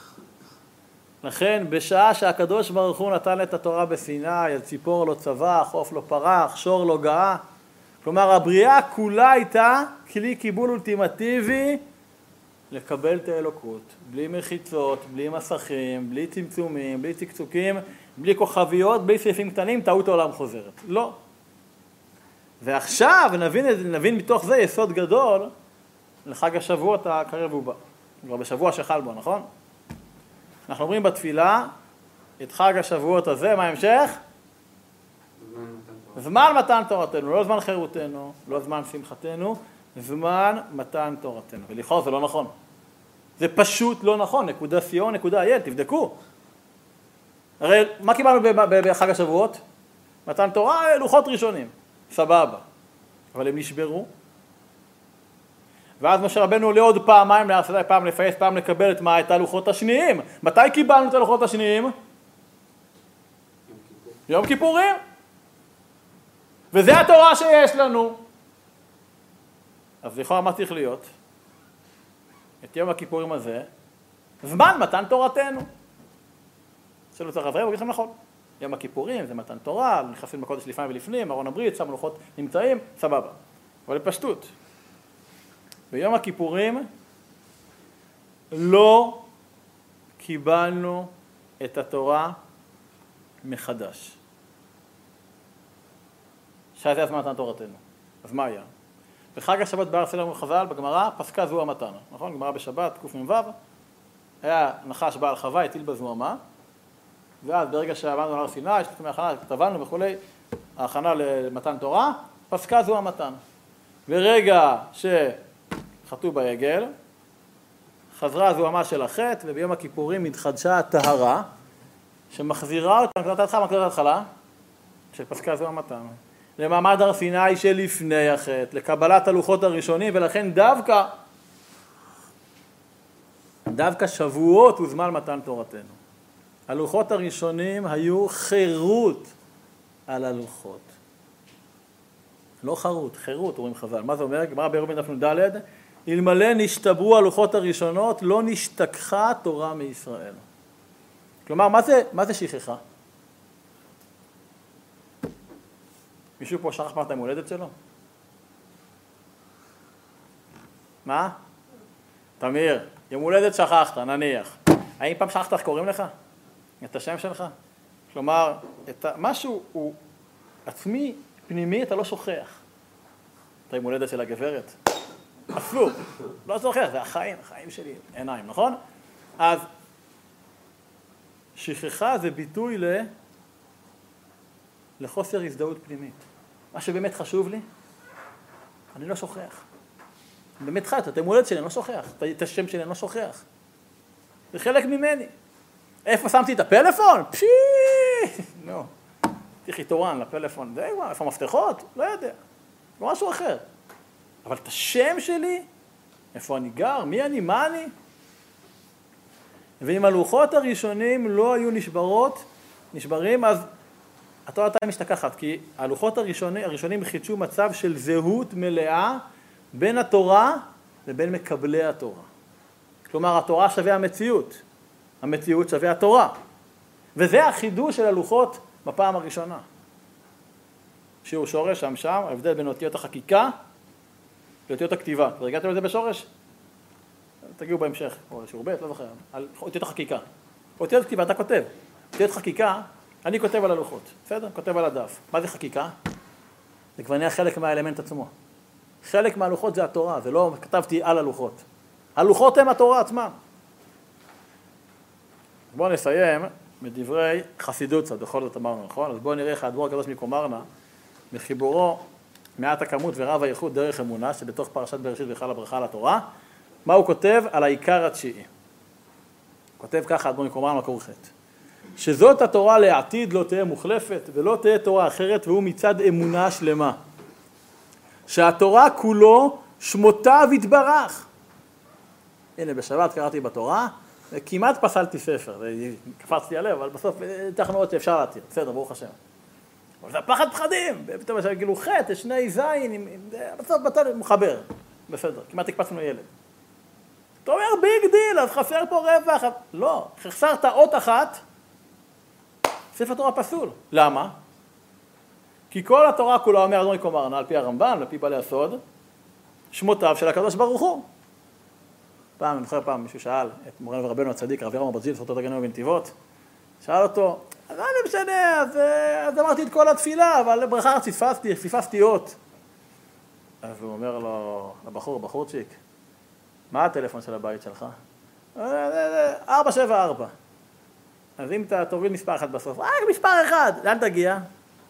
לכן, בשעה שהקדוש ברוך הוא נתן את התורה בסיני, על ציפור לא צבח, עוף לא פרח, שור לא גאה, כלומר, הבריאה כולה הייתה כלי קיבול אולטימטיבי לקבל את האלוקות, בלי מחיצות, בלי מסכים, בלי צמצומים, בלי צקצוקים, בלי כוכביות, בלי סעיפים קטנים, טעות העולם חוזרת. לא. ועכשיו נבין מתוך זה יסוד גדול לחג השבועות הקרב ובא. כבר בשבוע שחל בו, נכון? אנחנו אומרים בתפילה את חג השבועות הזה, מה ההמשך? זמן מתן תורתנו, לא זמן חירותנו, לא זמן שמחתנו, זמן מתן תורתנו. ולכאורה זה לא נכון. זה פשוט לא נכון, נקודה סיון, נקודה אייל, תבדקו. הרי מה קיבלנו בחג השבועות? מתן תורה, לוחות ראשונים, סבבה. אבל הם נשברו. ואז משה רבנו עולה עוד פעמיים, פעם לפייס, פעם לקבל את מה? את הלוחות השניים. מתי קיבלנו את הלוחות השניים? יום כיפורים. וזה התורה שיש לנו. אז לכאורה מה צריך להיות? את יום הכיפורים הזה, זמן מתן תורתנו. שאלו צריך רב, וגיחם נכון. יום הכיפורים זה מתן תורה, נכנסים בקודש לפני ולפנים, ארון הברית, שם לוחות נמצאים, סבבה. אבל לפשטות. ביום הכיפורים לא קיבלנו את התורה מחדש. שזה הזמן מתן תורתנו. אז מה היה? בחג השבת בהר סלע חז"ל, בגמרא, פסקה זו המתנה. נכון? גמרא בשבת, קמ"ו. היה נחש בעל חווה, הטיל בזוהמה, ואז ברגע שעמדנו על הר סיני, שתתנו מהכנה, טבלנו וכולי, ההכנה למתן תורה, פסקה זוהמתן. ברגע שחטאו בעגל, חזרה הזוהמה של החטא, וביום הכיפורים התחדשה הטהרה, שמחזירה אותה, נקודת ההתחלה, שפסקה זוהמתן. למעמד הר סיני שלפני החטא, לקבלת הלוחות הראשונים, ולכן דווקא שבועות הוא זמן מתן תורתנו. הלוחות הראשונים היו חירות על הלוחות. לא חרות, חירות, אומרים חז"ל. מה זה אומר? גמרא בעירובין דף נ"ד, אלמלא נשתברו הלוחות הראשונות, לא נשתכחה תורה מישראל. כלומר, מה זה שכחה? מישהו פה שכח את יום הולדת שלו? מה? תמיר, יום הולדת שכחת, נניח. האם פעם שכחת איך קוראים לך? את השם שלך? כלומר, משהו הוא עצמי, פנימי, אתה לא שוכח. את היום הולדת של הגברת. אסור, לא שוכח, זה החיים שלי, עיניים, נכון? אז שכחה זה ביטוי לחוסר הזדהות פנימית. מה שבאמת חשוב לי, אני לא שוכח. באמת חייבת, את המולדת שלי אני לא שוכח, את השם שלי אני לא שוכח. זה חלק ממני. איפה שמתי את הפלאפון? לא. תחי תורן לפלאפון, זה כבר, איפה המפתחות? לא יודע. זה משהו אחר. אבל את השם שלי, איפה אני גר, מי אני, מה אני? ואם הלוחות הראשונים לא היו נשברים, אז התורה הייתה משתכחת, כי הלוחות הראשונים חידשו מצב של זהות מלאה בין התורה לבין מקבלי התורה. כלומר, התורה שווה המציאות, המציאות שווה התורה. וזה החידוש של הלוחות בפעם הראשונה. שיעור שורש, שם, ההבדל בין אותיות החקיקה לאותיות הכתיבה. כבר הגעתם לזה בשורש? תגיעו בהמשך, או לשיעור ב', לא זוכר, על אותיות החקיקה. אותיות כתיבה, אתה כותב. אותיות חקיקה, אני כותב על הלוחות, בסדר? כותב על הדף. מה זה חקיקה? זה כבר נהיה חלק מהאלמנט עצמו. חלק מהלוחות זה התורה, זה לא כתבתי על הלוחות. הלוחות הם התורה עצמם. בואו נסיים מדברי חסידות, בכל זאת אמרנו, נכון? אז בואו נראה איך האדמו"ר הקדוש מקומרנה, בחיבורו מעט הכמות ורב הייחוד דרך אמונה, שבתוך פרשת בראשית בכלל הברכה לתורה, מה הוא כותב? על העיקר התשיעי. כותב ככה האדמו"ר מקומרנה מקור ח' שזאת התורה לעתיד לא תהיה מוחלפת ולא תהיה תורה אחרת, והוא מצד אמונה שלמה. שהתורה כולו שמותיו יתברך. הנה, בשבת קראתי בתורה, וכמעט פסלתי ספר, קפצתי עליו, אבל בסוף תכנועות שאפשר להתיר, בסדר, ברוך השם. אבל זה הפחד פחדים, פתאום גילו חטא, שני זין, בסוף בצד מחבר, בסדר, כמעט הקפצנו ילד. אתה אומר ביג דיל, אז חסר פה רווח, לא, חסרת אות אחת, ספר תורה פסול. למה? כי כל התורה כולה אומר אדמו"ר מקומרנה, על פי הרמב"ן, על פי בעלי הסוד, שמותיו של הקדוש ברוך הוא. פעם, פעם מישהו שאל את מורנו ורבנו הצדיק, רבי ירום אברג'יל, זכותו תגן בנתיבות, שאל אותו, אז אני משנה, אז אמרתי את כל התפילה, אבל לברכה פספסתי אות. אז הוא אומר לו, לבחורצ'יק, מה הטלפון של הבית שלך? 474. אז אם אתה תוריד מספר אחד בסוף, רק מספר אחד, לאן תגיע?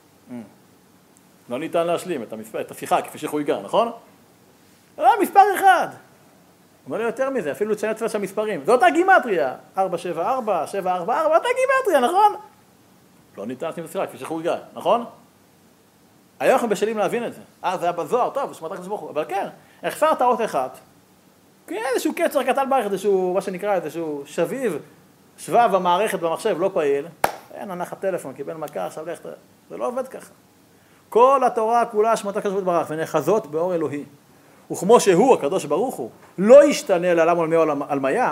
לא ניתן להשלים את השיחה כפי שחויגה, נכון? לא, מספר אחד. אומר לי יותר מזה, אפילו תשנה צפר של מספרים. זאת הגימטריה. 474, 744, זאת הגימטריה, נכון? לא ניתן להשלים את השיחה כפי שחויגה, נכון? היום אנחנו בשלים להבין את זה. זה היה בזוהר, טוב, שמעת הקדוש ברוך הוא. אבל כן, החסרת אות אחת. כן, איזשהו קצר קטן בערך, איזשהו, מה שנקרא, איזשהו שבב המערכת במחשב לא פעיל. אין, הנח הטלפון, קיבל מכה, עכשיו לך, זה לא עובד ככה. כל התורה כולה שמות הקדוש ברוך ונאחזות באור אלוהי. וכמו שהוא, הקדוש ברוך הוא, לא ישתנה לעולם עולמי עלמיה,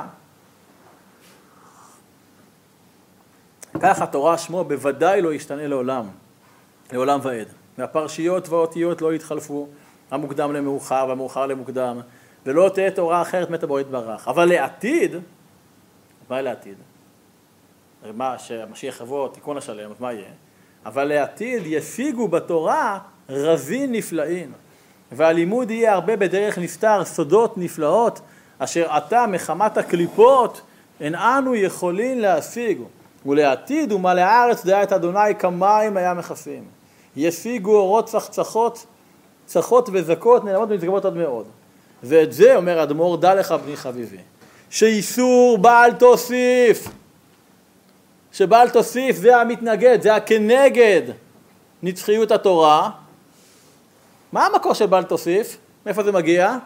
כך התורה שמו בוודאי לא ישתנה לעולם ועד. והפרשיות והאותיות לא יתחלפו, המוקדם למאוחר והמאוחר למוקדם, ולא תהיה תורה אחרת מתה בו יתברך. אבל לעתיד, מה לעתיד? מה שהמשיח יבוא, תיקון השלם, אז מה יהיה? אבל לעתיד ישיגו בתורה רזים נפלאים, והלימוד יהיה הרבה בדרך נסתר, סודות נפלאות, אשר אתה מחמת הקליפות אין אנו יכולים להשיג, ולעתיד ומלא הארץ דעה את אדוני כמים היה מכסים. ישיגו אורות צחות וזכות נעלמות ונשגבות עד מאוד. ואת זה אומר אדמו"ר, דע לך בני חביבי, שאיסור בעל תוסיף, שבעל תוסיף זה המתנגד, זה הכנגד נצחיות התורה. מה המקור של בעל תוסיף? מאיפה זה מגיע?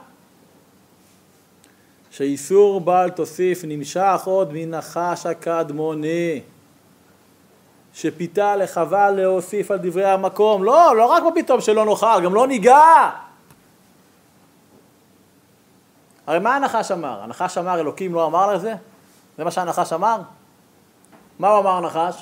שאיסור בעל תוסיף נמשך עוד מנחש הקדמוני, שפיתה לחווה להוסיף על דברי המקום. לא רק פתאום שלא נאכל, גם לא ניגע. הרי מה הנחש אמר? הנחש אמר אלוקים לא אמר לזה? זה מה שהנחש אמר? מה הוא אמר הנחש?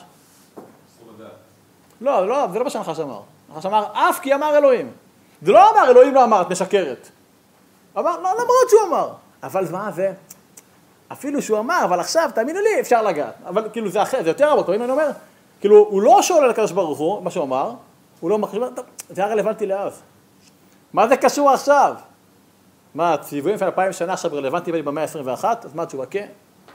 לא, זה לא מה שהנחש אמר. הנחש אמר אף כי אמר אלוהים. זה לא אמר אלוהים לא אמר, את משקרת. אמר, לא, למרות שהוא אמר. אבל מה זה? אפילו שהוא אמר, אבל עכשיו, תאמינו לי, אפשר לגעת. אבל כאילו זה אחר, זה יותר רבות, אם אני אומר, כאילו הוא לא שואל על הקדוש ברוך הוא, מה שהוא אמר, הוא לא מקריב, זה היה רלוונטי לאז. מה זה קשור עכשיו? מה, ציוויים לפני 2000 שנה עכשיו רלוונטי במאה ה-21? אז מה התשובה? כן.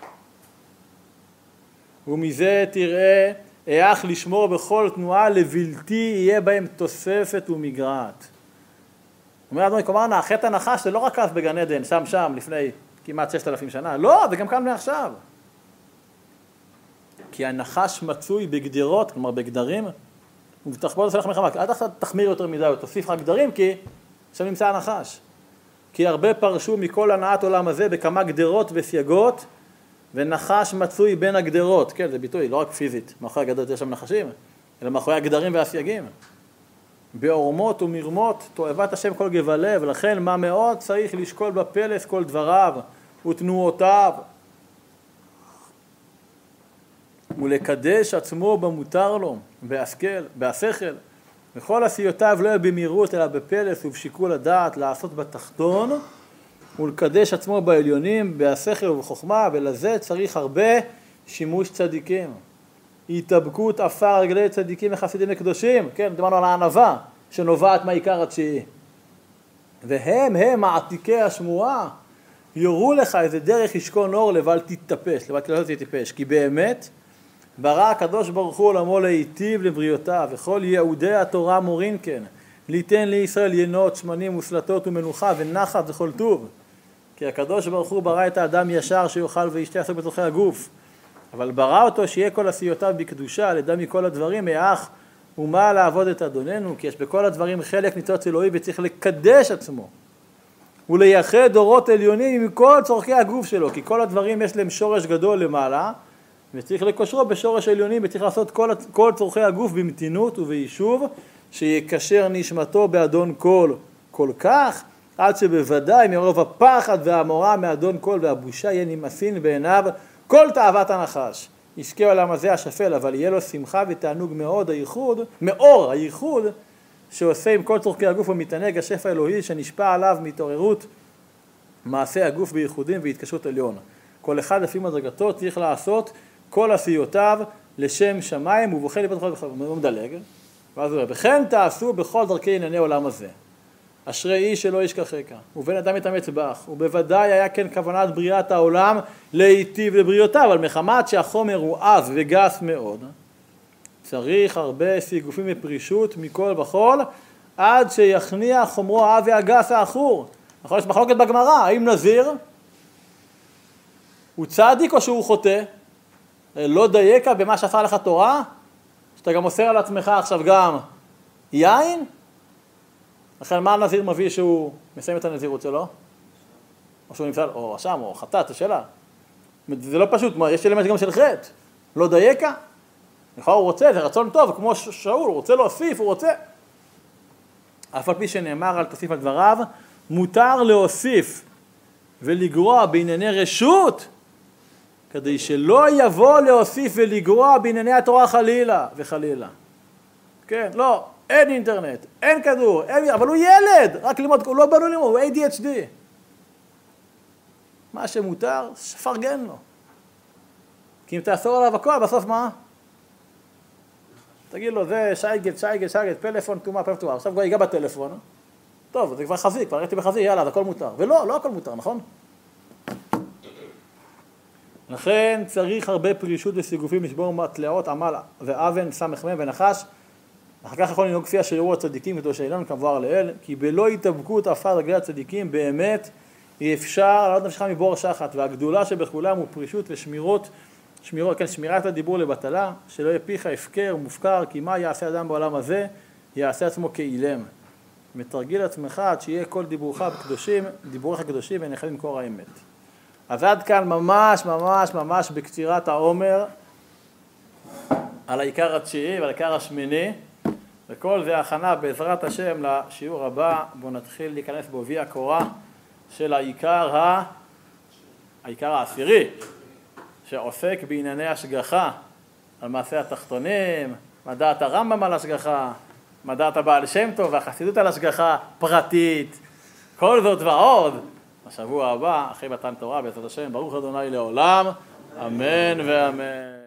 ומזה תראה, איך לשמור בכל תנועה לבלתי יהיה בהם תוספת ומגרעת. אומר אדוני, כלומר, חטא הנחש זה לא רק אז בגן עדן, שם, לפני כמעט 6,000 שנה. לא, זה גם כאן מעכשיו. כי הנחש מצוי בגדרות, כלומר בגדרים, ובתחבול זה לך מלחמה. אל תחמיר יותר מדי, או תוסיף רק גדרים, כי שם נמצא הנחש. כי הרבה פרשו מכל הנעת עולם הזה בכמה גדרות וסייגות, ונחש מצוי בין הגדרות. כן, זה ביטוי, לא רק פיזית, מאחורי הגדרות יש שם נחשים, אלא מאחורי הגדרים והסייגים. בעורמות ומרמות תועבת השם כל גבלה, ולכן מה מאוד צריך לשקול בפלס כל דבריו ותנועותיו, ולקדש עצמו במותר לו, בהשכל, וכל עשיותיו לא יהיה במהירות אלא בפלס ובשיקול הדעת, לעשות בתחתון ולקדש עצמו בעליונים, בהשכל ובחוכמה, ולזה צריך הרבה שימוש צדיקים. התאבקות עפר רגלי צדיקים וחסידים וקדושים, כן, דמנו על הענווה שנובעת מהעיקר התשיעי. והם מעתיקי השמועה, יורו לך איזה דרך ישכון אור לבל תתטפש, לבל תתטפש, כי באמת ברא הקדוש ברוך הוא עולמו להיטיב לבריאותיו, וכל יהודי התורה מורין כן, ליתן לישראל ינות, שמנים וסלטות ומנוחה ונחת וכל טוב. כי הקדוש ברוך הוא ברא את האדם ישר שיוכל וישתה יעסוק בתוכי הגוף, אבל ברא אותו שיהיה כל עשיותיו בקדושה, על ידי מכל הדברים, מאח ומה לעבוד את אדוננו, כי יש בכל הדברים חלק ניצוץ אלוהי וצריך לקדש עצמו, ולייחד דורות עליונים מכל צורכי הגוף שלו, כי כל הדברים יש להם שורש גדול למעלה, וצריך לקושרו בשורש עליונים, וצריך לעשות כל צורכי הגוף במתינות וביישוב, שיקשר נשמתו באדון כל כך, עד שבוודאי מרוב הפחד והמורא מאדון כל והבושה יהיה נמאסין בעיניו כל תאוות הנחש. יזכה העולם הזה השפל, אבל יהיה לו שמחה ותענוג מאור הייחוד שעושה עם כל צורכי הגוף ומתענג השפע האלוהי שנשפע עליו מהתעוררות מעשה הגוף בייחודים והתקשרות עליון. כל אחד לפי מדרגתו צריך לעשות כל עשיותיו לשם שמיים ובוחל לבד חול הוא מדלג. ואז הוא אומר, וכן תעשו בכל דרכי ענייני עולם הזה. אשרי איש שלא ישכחך, ובן אדם יתאמץ בך, ובוודאי היה כן כוונת בריאת העולם להיטיב לבריאותיו, אבל מחמת שהחומר הוא עז וגס מאוד, צריך הרבה סיגופים ופרישות מכל וכל, עד שיכניע חומרו העז והגס האחור. נכון, יש מחלוקת בגמרא, האם נזיר הוא צדיק או שהוא חוטא? לא דייקה במה שעשה לך תורה, שאתה גם אוסר על עצמך עכשיו גם יין? לכן מה הנזיר מביא שהוא מסיים את הנזירות שלו? או שהוא נמצא, או אשם, או חטאת, זו שאלה. זה לא פשוט, יש אלמנט גם של חטא. לא דייקה? הוא רוצה, זה רצון טוב, כמו שאול, הוא רוצה להוסיף, הוא רוצה. אף על פי שנאמר על תוסיף על דבריו, מותר להוסיף ולגרוע בענייני רשות, כדי שלא יבוא להוסיף ולגרוע בענייני התורה חלילה וחלילה. כן, לא. אין אינטרנט, אין כדור, אבל הוא ילד, רק ללמוד, הוא לא בנו ללמוד, הוא ADHD. מה שמותר, שפרגן לו. כי אם תאסור עליו הכל, בסוף מה? תגיד לו, זה שייגת, פלאפון תומה, עכשיו כבר ייגע בטלפון. טוב, זה כבר חזי, כבר ראיתי בחזי, יאללה, זה הכל מותר. ולא, לא הכל מותר, נכון? לכן צריך הרבה פרישות וסיגופים לשבור מטלעות, עמל ואבן, סמך מם ונחש. אחר כך יכול לנהוג כפי שיראו הצדיקים קדושי עליון כמבואר לעיל, כי בלא התאבקות עפר רגלי הצדיקים באמת אי אפשר לעלות נפשך מבור שחת, והגדולה שבכולם הוא פרישות ושמירות, שמירת הדיבור לבטלה, שלא יהיה פיך הפקר ומופקר, כי מה יעשה אדם בעולם הזה? יעשה עצמו כאילם. מתרגיל עצמך עד שיהיה כל דיבורך הקדושים ונחל למקור האמת. אז עד כאן ממש בקצירת העומר על העיקר התשיעי ועל העיקר השמיני, וכל זה הכנה בעזרת השם לשיעור הבא. בואו נתחיל להיכנס בעובי הקורה של העיקר העשירי, שעוסק בענייני השגחה על מעשה התחתונים, מה דעת הרמב"ם על השגחה, מה דעת הבעל שם טוב והחסידות על השגחה פרטית, כל זאת ועוד בשבוע הבא אחרי מתן תורה בעזרת השם. ברוך ה' לעולם, אמן ואמן.